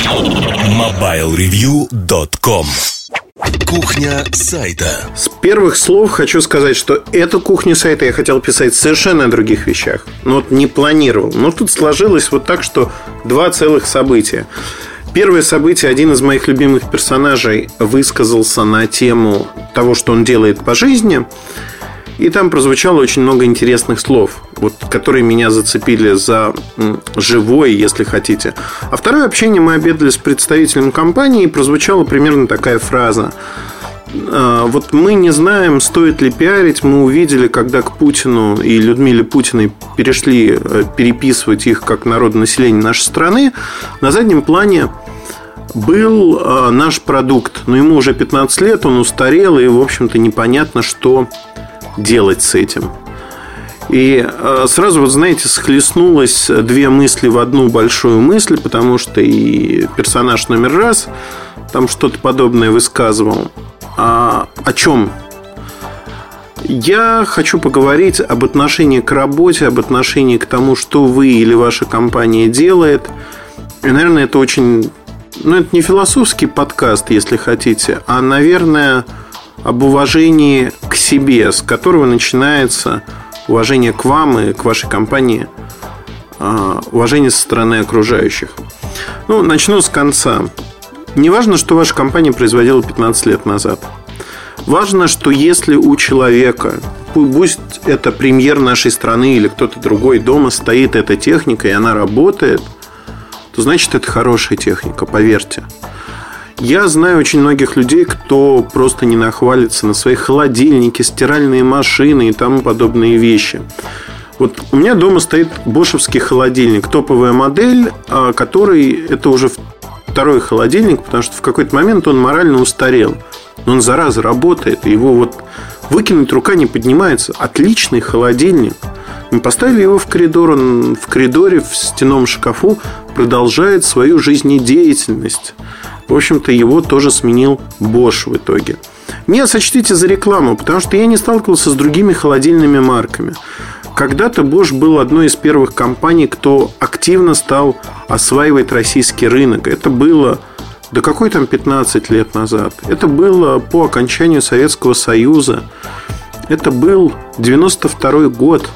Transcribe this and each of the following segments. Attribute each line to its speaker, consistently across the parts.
Speaker 1: MobileReview.com. Кухня сайта.
Speaker 2: С первых слов хочу сказать, что эту кухню сайта я хотел писать совершенно о других вещах. Но вот не планировал. Но тут сложилось вот так, что два целых события. Первое событие: один из моих любимых персонажей высказался на тему того, что он делает по жизни. И там прозвучало очень много интересных слов, вот, которые меня зацепили за живое, если хотите. А второе общение: мы обедали с представителем компании, и прозвучала примерно такая фраза: вот мы не знаем, стоит ли пиарить. Мы увидели, когда к Путину и Людмиле Путиной перешли переписывать их как народонаселение нашей страны, на заднем плане был наш продукт. Но ему уже 15 лет, он устарел, и, в общем-то, непонятно, что делать с этим. И сразу, вот знаете, схлестнулось две мысли в одну большую мысль, потому что и персонаж номер раз там что-то подобное высказывал. О чем? Я хочу поговорить об отношении к работе, об отношении к тому, что вы или ваша компания делает. И, наверное, это очень... это не философский подкаст, если хотите, а, наверное, об уважении к себе, с которого начинается уважение к вам и к вашей компании, уважение со стороны окружающих. Начну с конца. Не важно, что ваша компания производила 15 лет назад. Важно, что если у человека, пусть это премьер нашей страны или кто-то другой, дома стоит эта техника и она работает, то значит это хорошая техника, поверьте. Я знаю очень многих людей, кто просто не нахвалится на свои холодильники, стиральные машины и тому подобные вещи. Вот у меня дома стоит бошевский холодильник, топовая модель, который это уже второй холодильник, потому что в какой-то момент он морально устарел. Но он, зараза, работает, его вот выкинуть рука не поднимается. Отличный холодильник. Мы поставили его в коридор, он в коридоре, в стенном шкафу продолжает свою жизнедеятельность. В общем-то, его тоже сменил Bosch в итоге. Не сочтите за рекламу, потому что я не сталкивался с другими холодильными марками. Когда-то Bosch был одной из первых компаний, кто активно стал осваивать российский рынок. Это было, да какой там 15 лет назад. Это было по окончанию Советского Союза. Это был 92-й год.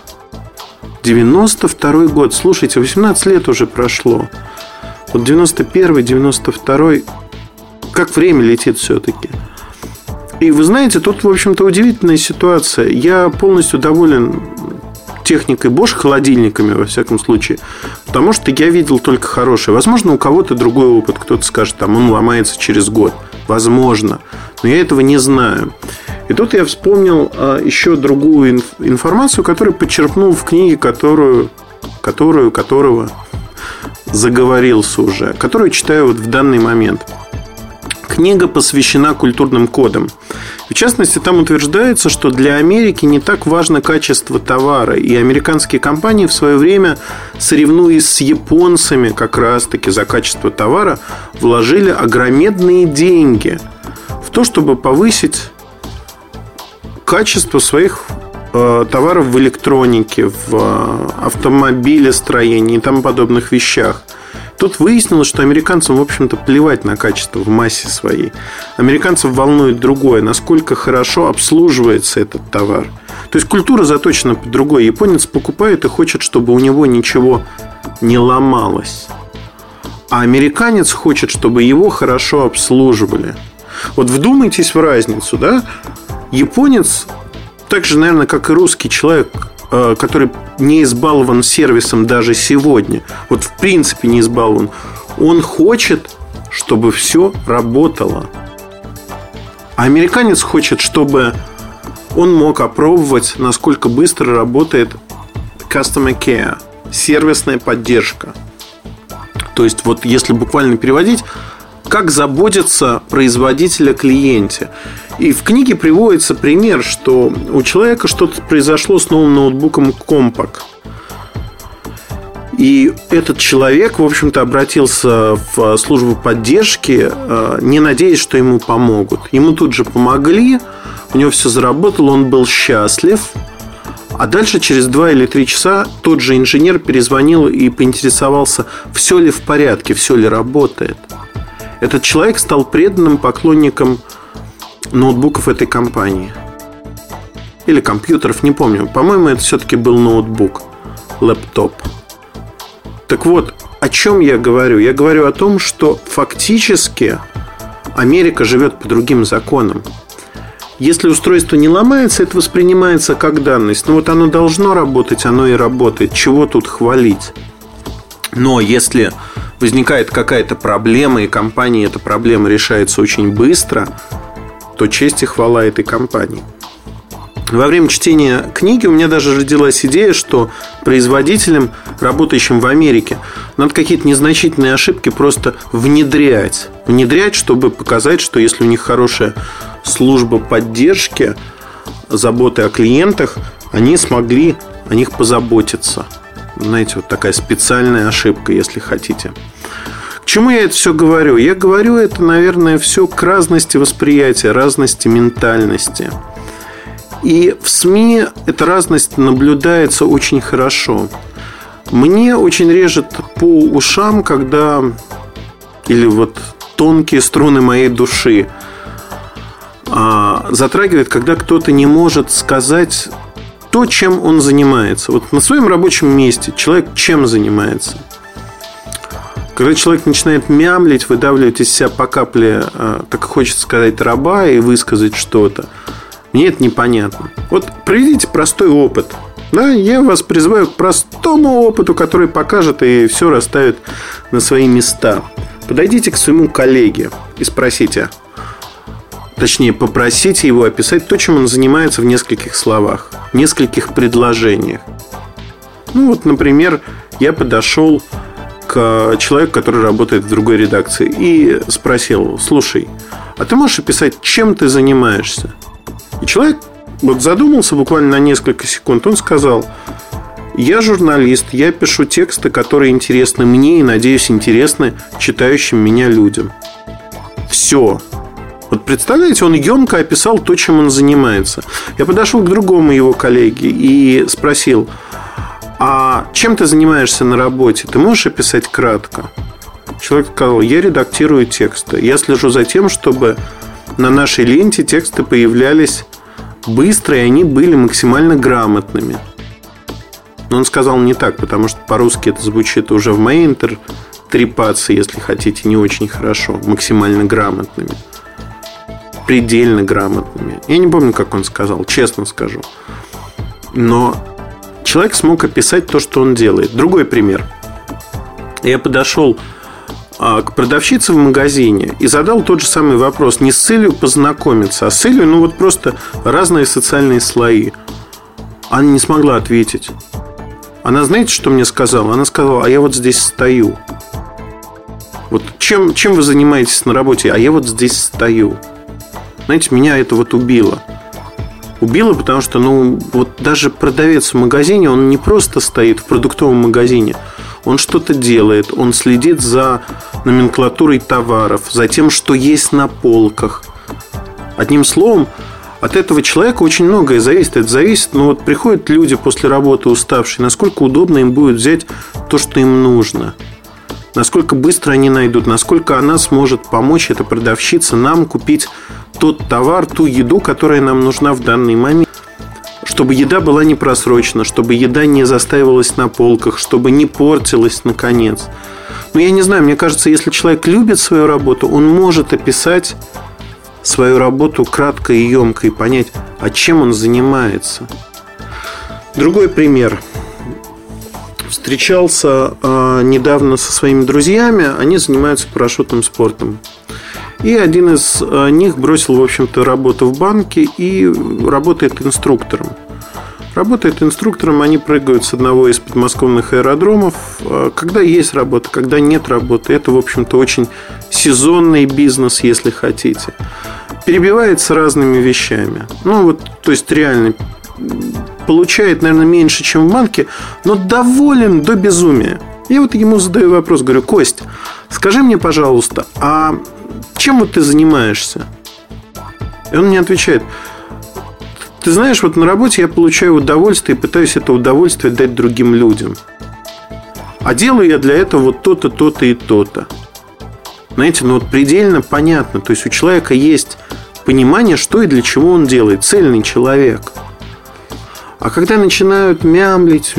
Speaker 2: 92-й год. Слушайте, 18 лет уже прошло. Вот 91-й, 92-й. Как время летит все-таки. И вы знаете, тут, в общем-то, удивительная ситуация. Я полностью доволен техникой Bosch, холодильниками, во всяком случае, потому что я видел только хорошее. Возможно, у кого-то другой опыт. Кто-то скажет, там, он ломается через год. Возможно. Но я этого не знаю. И тут я вспомнил еще другую информацию, которую подчерпнул в книге, которого заговорился уже, которую читаю вот в данный момент. Книга посвящена культурным кодам. В частности, там утверждается, что для Америки не так важно качество товара. И американские компании в свое время, соревнуясь с японцами как раз-таки за качество товара, вложили огромные деньги в то, чтобы повысить качество своих товаров в электронике, в автомобилестроении и тому подобных вещах. Тут выяснилось, что американцам, в общем-то, плевать на качество в массе своей. Американцев волнует другое: насколько хорошо обслуживается этот товар. То есть культура заточена под другое. Японец покупает и хочет, чтобы у него ничего не ломалось. А американец хочет, чтобы его хорошо обслуживали. Вот вдумайтесь в разницу, да? Японец, так же, наверное, как и русский человек, который не избалован сервисом даже сегодня, вот в принципе не избалован, он хочет, чтобы все работало. А американец хочет, чтобы он мог опробовать, насколько быстро работает customer care, сервисная поддержка. То есть, вот если буквально переводить, как заботиться производитель о клиенте. И в книге приводится пример, что у человека что-то произошло с новым ноутбуком Compaq. И этот человек, в общем-то, обратился в службу поддержки, не надеясь, что ему помогут. Ему тут же помогли, у него все заработало, он был счастлив. А дальше через 2 или 3 часа тот же инженер перезвонил и поинтересовался, все ли в порядке, все ли работает. Этот человек стал преданным поклонником ноутбуков этой компании. Или компьютеров, не помню. По-моему, это все-таки был ноутбук, лэптоп. Так вот, о чем я говорю? Я говорю о том, что фактически Америка живет по другим законам. Если устройство не ломается, это воспринимается как данность. Ну вот оно должно работать, оно и работает. Чего тут хвалить? Но если возникает какая-то проблема, и компания эта проблема решается очень быстро, то честь и хвала этой компании. Во время чтения книги у меня даже родилась идея, что производителям, работающим в Америке, надо какие-то незначительные ошибки просто внедрять. Внедрять, чтобы показать, что если у них хорошая служба поддержки, заботы о клиентах, они смогли о них позаботиться. Знаете, вот такая специальная ошибка, если хотите. К чему я это все говорю? Я говорю это, наверное, все к разности восприятия, разности ментальности. И в СМИ эта разность наблюдается очень хорошо. Мне очень режет по ушам, когда, или вот тонкие струны моей души затрагивает, когда кто-то не может сказать то, чем он занимается. Вот на своем рабочем месте человек чем занимается? Когда человек начинает мямлить, выдавливать из себя по капле, так хочется сказать, раба и высказать что-то, мне это непонятно. Вот проведите простой опыт. Да, я вас призываю к простому опыту, который покажет и все расставит на свои места. Подойдите к своему коллеге и спросите, точнее, попросите его описать то, чем он занимается в нескольких словах, в нескольких предложениях. Ну вот, например, я подошел к человеку, который работает в другой редакции, и спросил: слушай, а ты можешь описать, чем ты занимаешься? И человек вот задумался буквально на несколько секунд. Он сказал: я журналист, я пишу тексты, которые интересны мне и, надеюсь, интересны читающим меня людям. Все. Вот представляете, он емко описал то, чем он занимается. Я подошел к другому его коллеге и спросил: а чем ты занимаешься на работе? Ты можешь описать кратко? Человек сказал: я редактирую тексты. Я слежу за тем, чтобы на нашей ленте тексты появлялись быстро, и они были максимально грамотными. Но он сказал не так, потому что по-русски это звучит уже в моей интерпретации, если хотите, не очень хорошо. Максимально грамотными. Предельно грамотными. Я не помню, как он сказал, честно скажу. Но человек смог описать то, что он делает. Другой пример. Я подошел к продавщице в магазине и задал тот же самый вопрос не с целью познакомиться, а с целью, ну вот просто разные социальные слои. Она не смогла ответить. Она, знаете, что мне сказала? Она сказала: а я вот здесь стою. Вот чем вы занимаетесь на работе? А я вот здесь стою. Знаете, меня это вот убило. Убило, потому что, ну, вот даже продавец в магазине, он не просто стоит в продуктовом магазине. Он что-то делает, он следит за номенклатурой товаров, за тем, что есть на полках. Одним словом, от этого человека очень многое зависит. Это зависит, ну вот приходят люди после работы уставшие, насколько удобно им будет взять то, что им нужно. Насколько быстро они найдут, насколько она сможет помочь, эта продавщица, нам купить тот товар, ту еду, которая нам нужна в данный момент. Чтобы еда была не просрочена, чтобы еда не застаивалась на полках, чтобы не портилась наконец. Но я не знаю, мне кажется, если человек любит свою работу, он может описать свою работу кратко и емко и понять, а чем он занимается. Другой пример. Встречался недавно со своими друзьями. Они занимаются парашютным спортом. И один из них бросил, в общем-то, работу в банке и работает инструктором. Работает инструктором, они прыгают с одного из подмосковных аэродромов. Когда есть работа, когда нет работы. Это, в общем-то, очень сезонный бизнес, если хотите. Перебивается разными вещами. Ну, вот, то есть, реально получает, наверное, меньше, чем в банке, но доволен до безумия. Я вот ему задаю вопрос, говорю: Кость, скажи мне, пожалуйста, а чем вот ты занимаешься? И он мне отвечает: Ты знаешь, вот на работе я получаю удовольствие и пытаюсь это удовольствие дать другим людям. А делаю я для этого вот то-то, то-то и то-то. Знаете, ну вот предельно понятно. То есть у человека есть понимание, что и для чего он делает. Цельный человек. А когда начинают мямлить,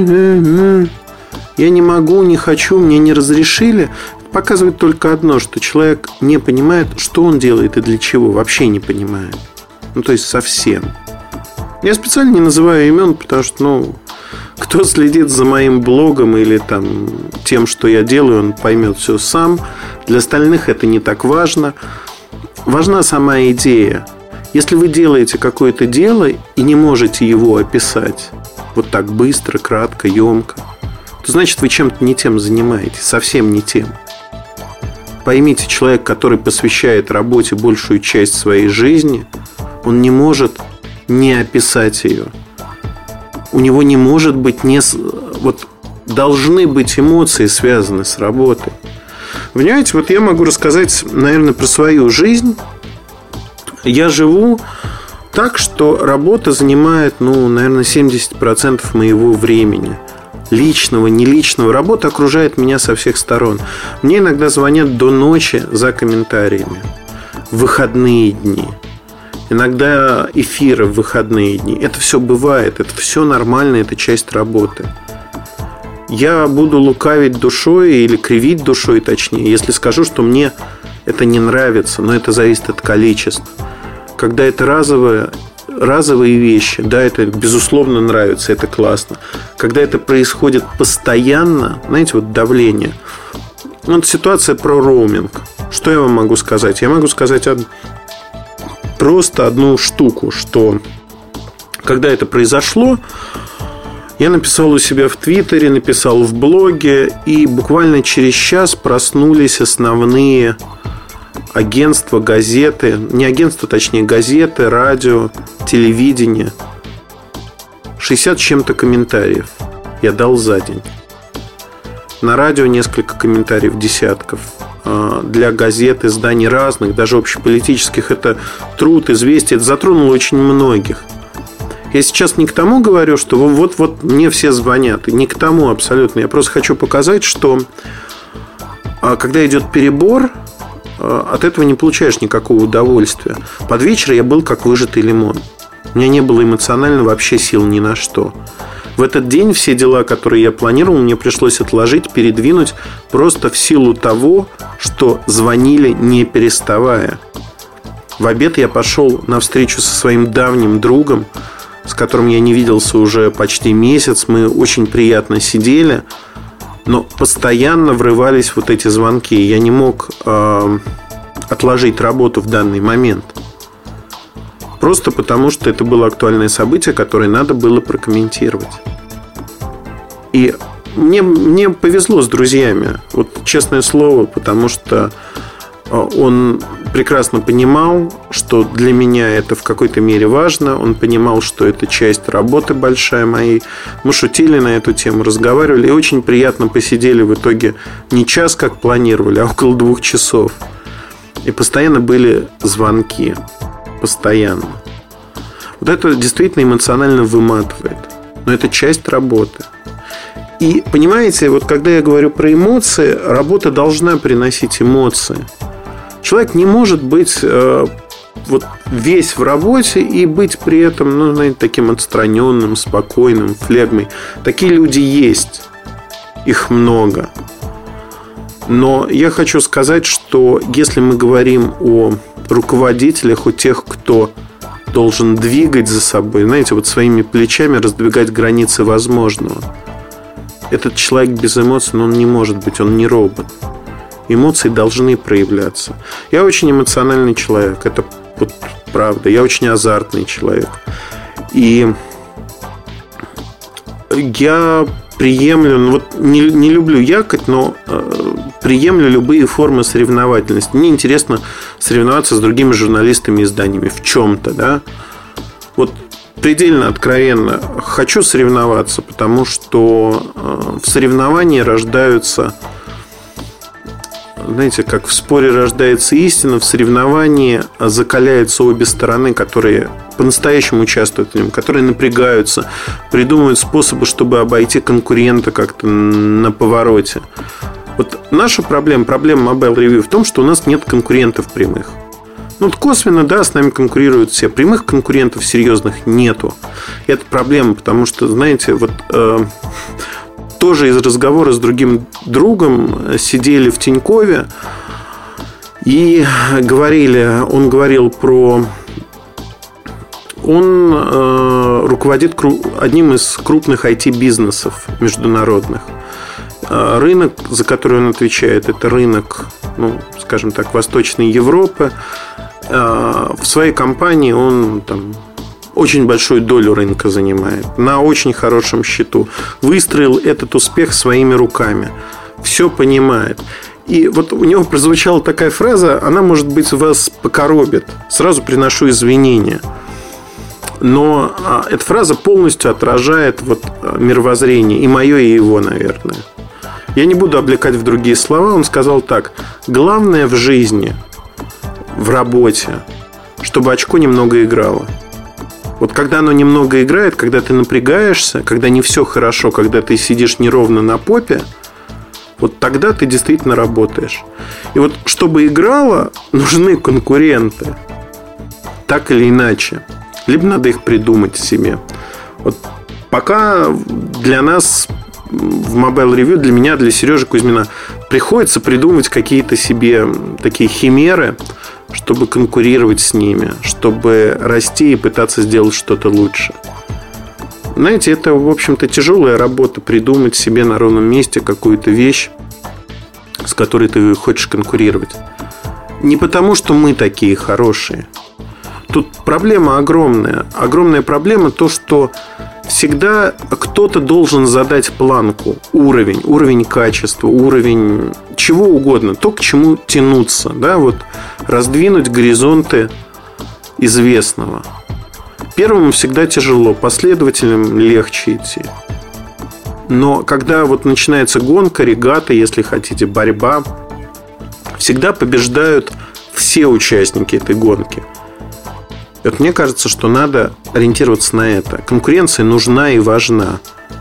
Speaker 2: я не могу, не хочу, мне не разрешили, показывает только одно, что человек не понимает, что он делает и для чего. Вообще не понимает. Ну, то есть совсем. Я специально не называю имен, потому что, ну, кто следит за моим блогом или там тем, что я делаю, он поймет все сам. Для остальных это не так важно. Важна сама идея. Если вы делаете какое-то дело и не можете его описать вот так быстро, кратко, емко, то значит вы чем-то не тем занимаетесь, совсем не тем. Поймите, человек, который посвящает работе большую часть своей жизни, он не может не описать ее. У него не может быть вот должны быть эмоции, связанные с работой. Понимаете, вот я могу рассказать, наверное, про свою жизнь. Я живу так, что работа занимает, ну, наверное, 70% моего времени. Личного, не личного. Работа окружает меня со всех сторон. Мне иногда звонят до ночи за комментариями. В выходные дни. Иногда эфиры в выходные дни. Это все бывает, это все нормально, это часть работы. Я буду лукавить душой или кривить душой, точнее, если скажу, что мне это не нравится, но это зависит от количества. Когда это разовые вещи, да, это безусловно нравится, это классно. Когда это происходит постоянно, знаете, вот давление. Вот ситуация про роуминг. Что я вам могу сказать? Я могу сказать просто одну штуку, что когда это произошло, я написал у себя в Твиттере, написал в блоге, и буквально через час проснулись основные агентства, газеты, не агентства, точнее газеты, радио, телевидение. 60 с чем-то комментариев я дал за день. На радио несколько комментариев, десятков. Для газет, изданий разных, даже общеполитических. Это труд, известие. Это затронуло очень многих. Я сейчас не к тому говорю, что вот мне все звонят. И не к тому абсолютно. Я просто хочу показать, что когда идет перебор, от этого не получаешь никакого удовольствия. Под вечер я был как выжатый лимон. У меня не было эмоционально вообще сил ни на что. В этот день все дела, которые я планировал, мне пришлось отложить, передвинуть просто в силу того, что звонили не переставая. В обед я пошел на встречу со своим давним другом, с которым я не виделся уже почти месяц. Мы очень приятно сидели, но постоянно врывались вот эти звонки. Я не мог отложить работу в данный момент. Просто потому, что это было актуальное событие, которое надо было прокомментировать. И мне повезло с друзьями. Вот честное слово, потому что он прекрасно понимал, что для меня это в какой-то мере важно. Он понимал, что это часть работы большая моей. Мы шутили на эту тему, разговаривали. И очень приятно посидели в итоге не час, как планировали, а около 2 часов. И постоянно были звонки. Постоянно. Вот это действительно эмоционально выматывает. Но это часть работы. И понимаете, вот когда я говорю про эмоции, работа должна приносить эмоции. Человек не может быть вот весь в работе и быть при этом, ну, знаете, таким отстраненным, спокойным, флегмой. Такие люди есть. Их много. Но я хочу сказать, что если мы говорим о руководителях, о тех, кто должен двигать за собой, знаете, вот своими плечами раздвигать границы возможного. Этот человек без эмоций, но он не может быть, он не робот. Эмоции должны проявляться. Я очень эмоциональный человек, это вот правда. Я очень азартный человек. И я приемлю, вот не люблю якать, но приемлю любые формы соревновательности. Мне интересно соревноваться с другими журналистами и изданиями в чем-то, да. Вот предельно откровенно хочу соревноваться, потому что в соревновании рождаются, знаете, как в споре рождается истина, в соревновании закаляются обе стороны, которые по-настоящему участвуют в нем, которые напрягаются, придумывают способы, чтобы обойти конкурента как-то на повороте. Вот наша проблема Mobile Review в том, что у нас нет конкурентов прямых. Ну, вот косвенно, да, с нами конкурируют все. Прямых конкурентов серьезных нету. И это проблема, потому что, знаете, вот тоже из разговора с другим другом сидели в Тинькове и говорили, он говорил про... Он руководит одним из крупных IT-бизнесов международных. Рынок, за который он отвечает, это рынок, ну, скажем так, Восточной Европы. В своей компании он там очень большую долю рынка занимает, на очень хорошем счету. Выстроил этот успех своими руками. Все понимает. И вот у него прозвучала такая фраза, она, может быть, вас покоробит. Сразу приношу извинения. Но эта фраза полностью отражает вот мировоззрение, и мое, и его, наверное. Я не буду облекать в другие слова. Он сказал так: главное в жизни, в работе, чтобы очко немного играло. Вот когда оно немного играет, когда ты напрягаешься, когда не все хорошо, когда ты сидишь неровно на попе, вот тогда ты действительно работаешь. И вот чтобы играло, нужны конкуренты. Так или иначе. Либо надо их придумать себе. Вот пока для нас в Mobile Review, для меня, для Сережи Кузьмина, приходится придумывать какие-то себе такие химеры, чтобы конкурировать с ними, чтобы расти и пытаться сделать что-то лучше. Знаете, это, в общем-то, тяжелая работа, придумать себе на ровном месте какую-то вещь, с которой ты хочешь конкурировать. Не потому, что мы такие хорошие. Тут проблема огромная. Огромная проблема то, что всегда кто-то должен задать планку, уровень качества, уровень чего угодно, то, к чему тянуться, да, вот раздвинуть горизонты известного. Первому всегда тяжело, последователям легче идти. Но когда вот начинается гонка, регата, если хотите, борьба, всегда побеждают все участники этой гонки. И вот мне кажется, что надо ориентироваться на это. Конкуренция нужна и важна.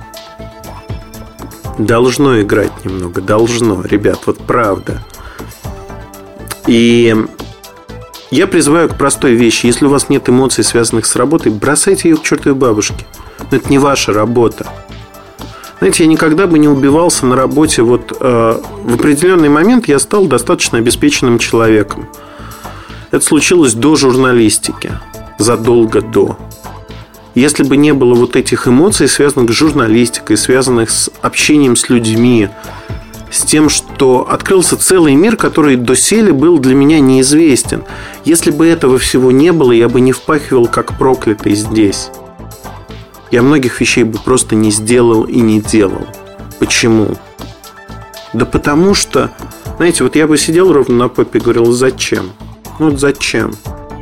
Speaker 2: Должно играть немного. Должно, ребят, вот правда. И я призываю к простой вещи. Если у вас нет эмоций, связанных с работой, бросайте ее к чертовой бабушке. Но это не ваша работа. Знаете, я никогда бы не убивался на работе. Вот в определенный момент я стал достаточно обеспеченным человеком. Это случилось до журналистики. Задолго до. Если бы не было вот этих эмоций, связанных с журналистикой, связанных с общением с людьми, с тем, что открылся целый мир, который доселе был для меня неизвестен. Если бы этого всего не было, я бы не впахивал как проклятый здесь. Я многих вещей бы просто не сделал и не делал. Почему? Да потому что, знаете, вот я бы сидел ровно на попе и говорил: зачем? Ну вот зачем?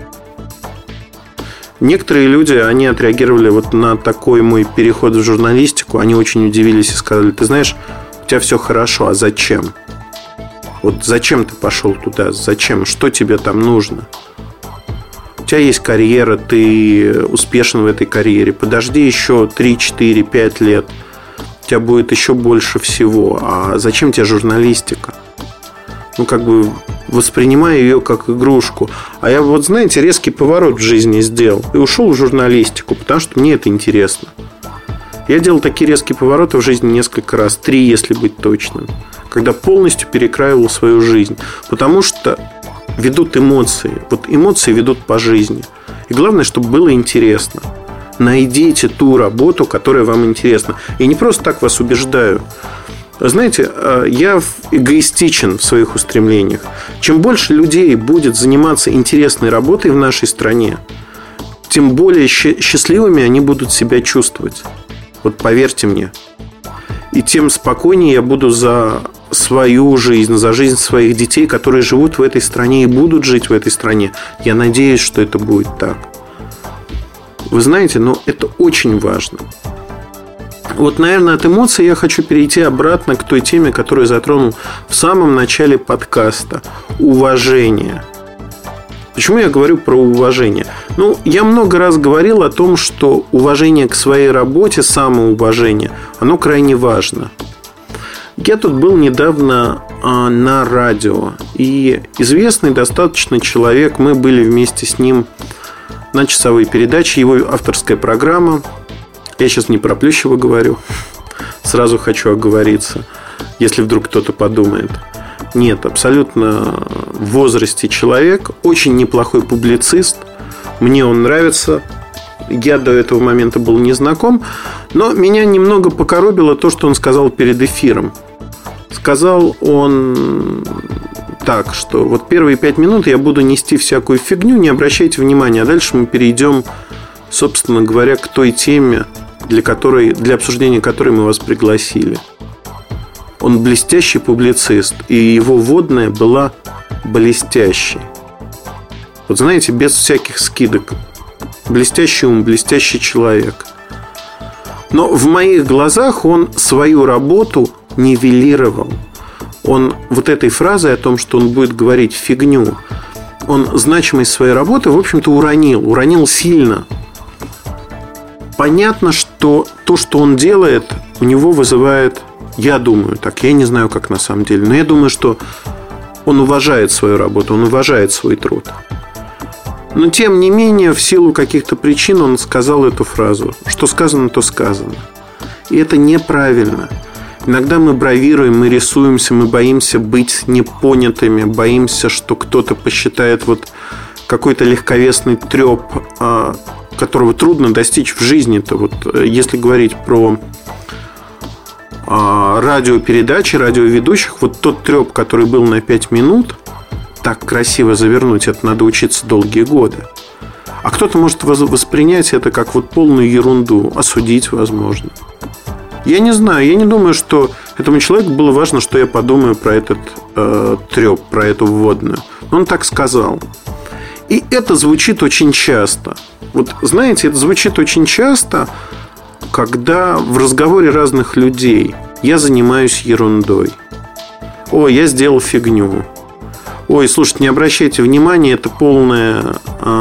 Speaker 2: Некоторые люди, они отреагировали вот на такой мой переход в журналистику. Они очень удивились и сказали: ты знаешь, у тебя все хорошо, а зачем? Вот зачем ты пошел туда? Зачем? Что тебе там нужно? У тебя есть карьера, ты успешен в этой карьере. Подожди еще 3, 4, 5 лет. У тебя будет еще больше всего. А зачем тебе журналистика? Ну, как бы воспринимаю ее как игрушку. А я вот, знаете, резкий поворот в жизни сделал и ушел в журналистику, потому что мне это интересно. Я делал такие резкие повороты в жизни несколько раз, 3, если быть точным, когда полностью перекраивал свою жизнь. Потому что ведут эмоции. Вот эмоции ведут по жизни. И главное, чтобы было интересно. Найдите ту работу, которая вам интересна. И не просто так вас убеждаю. Знаете, я эгоистичен в своих устремлениях. Чем больше людей будет заниматься интересной работой в нашей стране, тем более счастливыми они будут себя чувствовать. Вот поверьте мне. И тем спокойнее я буду за свою жизнь, за жизнь своих детей, которые живут в этой стране и будут жить в этой стране. Я надеюсь, что это будет так. Вы знаете, но это очень важно. Вот, наверное, от эмоций я хочу перейти обратно к той теме, которую затронул в самом начале подкаста. Уважение. Почему я говорю про уважение? Я много раз говорил о том, что уважение к своей работе, самоуважение, оно крайне важно. Я тут был недавно на радио, и известный достаточно человек, мы были вместе с ним на часовой передаче, его авторская программа. Я сейчас не про Плющева говорю, сразу хочу оговориться, если вдруг кто-то подумает. Нет, абсолютно в возрасте человек, очень неплохой публицист, мне он нравится. Я до этого момента был не знаком, но меня немного покоробило то, что он сказал перед эфиром. Сказал он так, что вот первые 5 минут я буду нести всякую фигню, не обращайте внимания, а дальше мы перейдем, собственно говоря, к той теме, для обсуждения которой мы вас пригласили. Он блестящий публицист, и его вводная была блестящей. Вот знаете, без всяких скидок. Блестящий ум, блестящий человек. Но в моих глазах он свою работу нивелировал. Он вот этой фразой о том, что он будет говорить фигню, он значимость своей работы, в общем-то, уронил сильно. Понятно, что то, что он делает, у него вызывает, я думаю так, я не знаю, как на самом деле, но я думаю, что он уважает свою работу, он уважает свой труд. Но, тем не менее, в силу каких-то причин он сказал эту фразу. Что сказано, то сказано. И это неправильно. Иногда мы бравируем, мы рисуемся, мы боимся быть непонятыми, боимся, что кто-то посчитает вот какой-то легковесный треп, которого трудно достичь в жизни-то. Вот если говорить про радиопередачи, радиоведущих, вот тот треп, который был на 5 минут, так красиво завернуть, это надо учиться долгие годы. А кто-то может воспринять это как вот полную ерунду, осудить, возможно. Я не знаю, я не думаю, что этому человеку было важно, что я подумаю про этот треп, про эту вводную. Но он так сказал. И это звучит очень часто. Вот знаете, это звучит очень часто, когда в разговоре разных людей я занимаюсь ерундой. Ой, я сделал фигню. Ой, слушайте, не обращайте внимания, это полное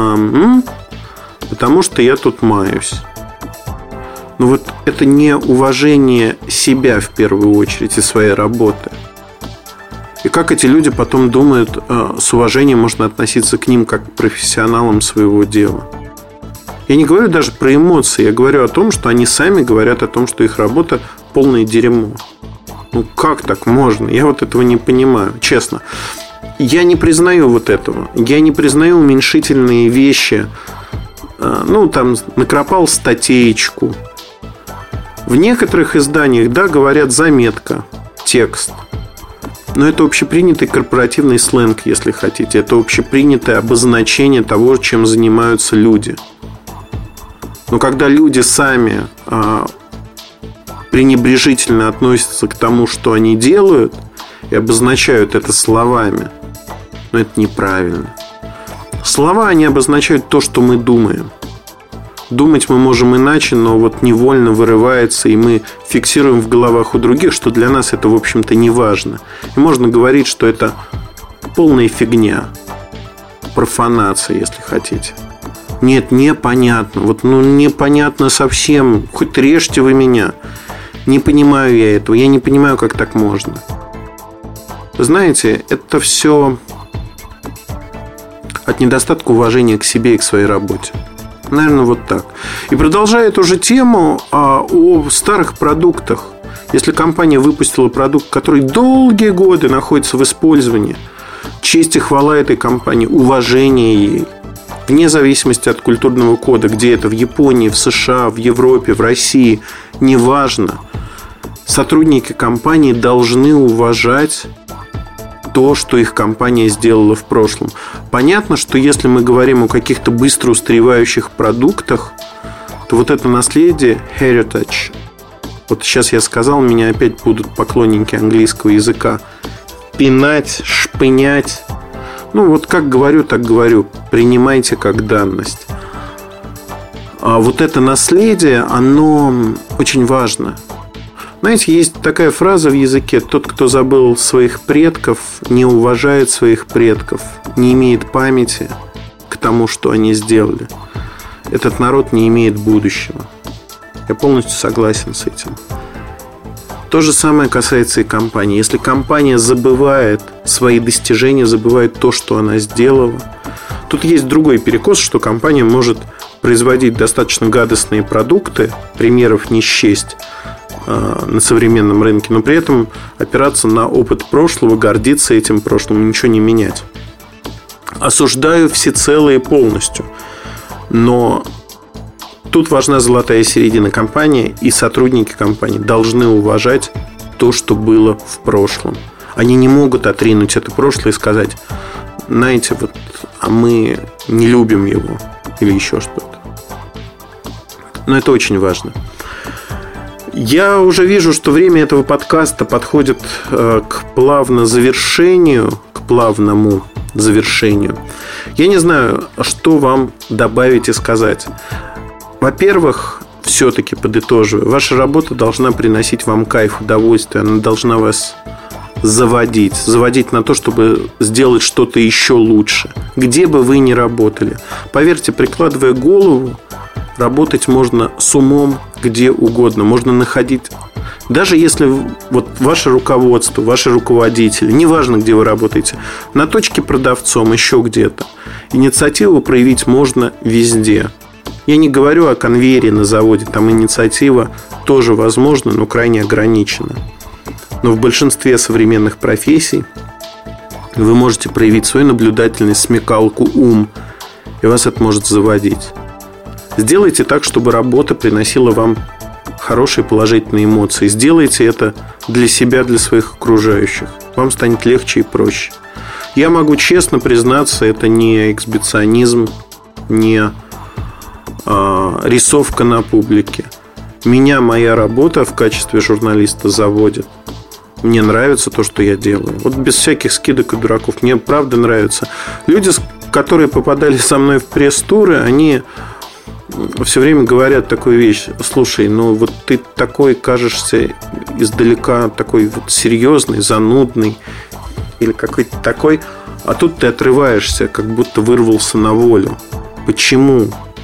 Speaker 2: потому что я тут маюсь. Но вот это не уважение себя в первую очередь и своей работы. И как эти люди потом думают, с уважением можно относиться к ним как к профессионалам своего дела. Я не говорю даже про эмоции, я говорю о том, что они сами говорят о том, что их работа полное дерьмо. Как так можно? Я вот этого не понимаю, честно. Я не признаю вот этого. Я не признаю уменьшительные вещи. Там накропал статейку. В некоторых изданиях, да, говорят заметка, текст. Но это общепринятый корпоративный сленг, если хотите. Это общепринятое обозначение того, чем занимаются люди. Но когда люди сами пренебрежительно относятся к тому, что они делают, и обозначают это словами, но это неправильно. Слова, они обозначают то, что мы думаем. Думать мы можем иначе, но вот невольно вырывается, и мы фиксируем в головах у других, что для нас это, в общем-то, не важно. И можно говорить, что это полная фигня, профанация, если хотите. Нет, непонятно. Вот, непонятно совсем. Хоть режьте вы меня. Не понимаю я этого. Я не понимаю, как так можно. Вы знаете, это все от недостатка уважения к себе и к своей работе. Наверное, вот так. И продолжая эту же тему о старых продуктах. Если компания выпустила продукт, который долгие годы находится в использовании, честь и хвала этой компании, уважение ей, вне зависимости от культурного кода, где это в Японии, в США, в Европе, в России, неважно, сотрудники компании должны уважать то, что их компания сделала в прошлом. Понятно, что если мы говорим о каких-то быстро устаревающих продуктах, то вот это наследие, heritage, вот сейчас я сказал, меня опять будут поклонники английского языка пинать, шпынять. Вот как говорю, так говорю. Принимайте как данность. А вот это наследие, оно очень важно. Знаете, есть такая фраза в языке: тот, кто забыл своих предков, не уважает своих предков, не имеет памяти тому, что они сделали, этот народ не имеет будущего. Я полностью согласен с этим. То же самое касается и компании. Если компания забывает свои достижения, забывает то, что она сделала, тут есть другой перекос, что компания может производить достаточно гадостные продукты, примеров не счесть на современном рынке, но при этом опираться на опыт прошлого, гордиться этим прошлым, ничего не менять. Осуждаю всецело и полностью. Но тут важна золотая середина. Компании и сотрудники компании должны уважать то, что было в прошлом. Они не могут отринуть это прошлое и сказать: знаете, вот, а мы не любим его или еще что-то. Но это очень важно. Я уже вижу, что время этого подкаста подходит к плавному завершению. Я не знаю, что вам добавить и сказать. Во-первых, все-таки подытоживаю, ваша работа должна приносить вам кайф, удовольствие. Она должна вас заводить на то, чтобы сделать что-то еще лучше. Где бы вы ни работали. Поверьте, прикладывая голову, работать можно с умом где угодно. Можно находить... Даже если вот ваше руководство, ваши руководители, неважно, где вы работаете, на точке продавцом, еще где-то, инициативу проявить можно везде. Я не говорю о конвейере на заводе. Там инициатива тоже возможна, но крайне ограничена. Но в большинстве современных профессий вы можете проявить свою наблюдательность, смекалку, ум, и вас это может заводить. Сделайте так, чтобы работа приносила вам хорошие положительные эмоции. Сделайте это для себя, для своих окружающих. Вам станет легче и проще. Я могу честно признаться, это не эксбиционизм, не рисовка на публике. Меня моя работа в качестве журналиста заводит. Мне нравится то, что я делаю. Вот без всяких скидок и дураков. Мне правда нравится. Люди, которые попадали со мной в пресс-туры, они все время говорят такую вещь: слушай, ну вот ты такой кажешься издалека, такой вот серьезный, занудный или какой-то такой, а тут ты отрываешься, как будто вырвался на волю. Почему?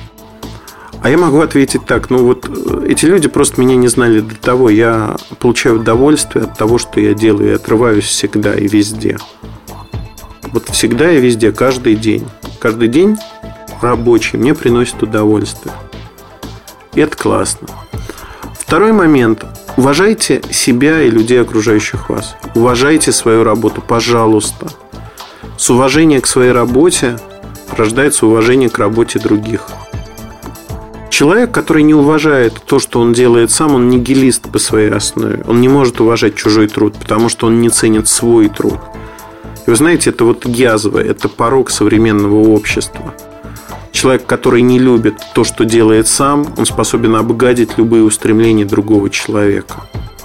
Speaker 2: А я могу ответить так: ну вот эти люди просто меня не знали до того. Я получаю удовольствие от того, что я делаю, и отрываюсь всегда и везде. Вот всегда и везде, каждый день. Каждый день рабочий мне приносит удовольствие. И это классно. Второй момент. Уважайте себя и людей, окружающих вас. Уважайте свою работу, пожалуйста. С уважения к своей работе рождается уважение к работе других. Человек, который не уважает то, что он делает сам, он нигилист по своей основе. Он не может уважать чужой труд, потому что он не ценит свой труд. И вы знаете, это вот язва, это порок современного общества. Человек, который не любит то, что делает сам, он способен обгадить любые устремления другого человека.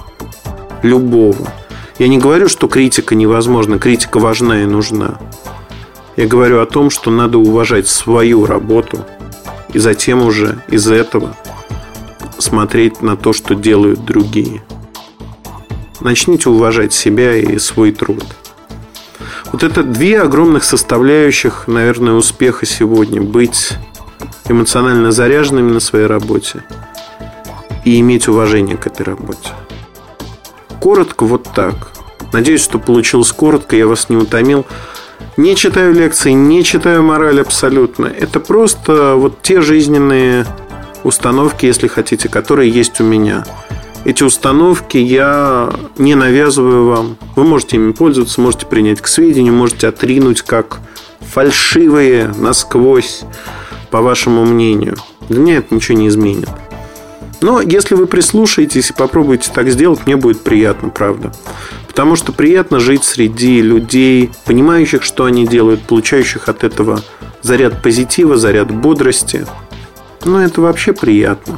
Speaker 2: Любого. Я не говорю, что критика невозможна. Критика важна и нужна. Я говорю о том, что надо уважать свою работу и затем уже из этого смотреть на то, что делают другие. Начните уважать себя и свой труд. Вот это две огромных составляющих, наверное, успеха сегодня. Быть эмоционально заряженными на своей работе и иметь уважение к этой работе. Коротко вот так. Надеюсь, что получилось коротко, я вас не утомил. Не читаю лекции, не читаю мораль абсолютно. Это просто вот те жизненные установки, если хотите, которые есть у меня. Эти установки я не навязываю вам. Вы можете ими пользоваться, можете принять к сведению, можете отринуть как фальшивые насквозь, по вашему мнению. Для меня это ничего не изменит. Но если вы прислушаетесь и попробуете так сделать, мне будет приятно, правда. Потому что приятно жить среди людей, понимающих, что они делают, получающих от этого заряд позитива, заряд бодрости. Ну, это вообще приятно.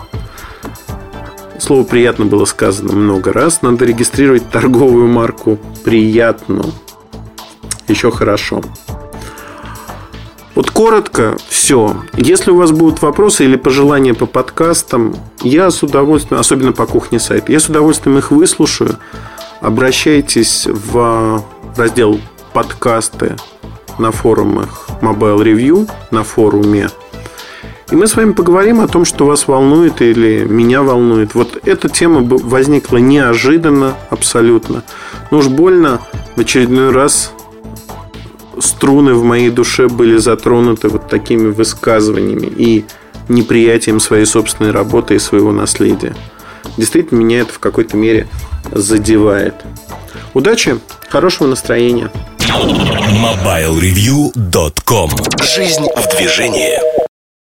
Speaker 2: Слово «приятно» было сказано много раз. Надо регистрировать торговую марку «приятно». Еще хорошо. Вот коротко все. Если у вас будут вопросы или пожелания по подкастам, я с удовольствием, особенно по кухне сайта, я с удовольствием их выслушаю. Обращайтесь в раздел «Подкасты» на форумах Mobile Review, на форуме. И мы с вами поговорим о том, что вас волнует или меня волнует. Вот эта тема возникла неожиданно абсолютно. Но уж больно в очередной раз струны в моей душе были затронуты вот такими высказываниями и неприятием своей собственной работы и своего наследия. Действительно, меня это в какой-то мере задевает. Удачи, хорошего настроения.
Speaker 1: MobileReview.com. Жизнь в движении.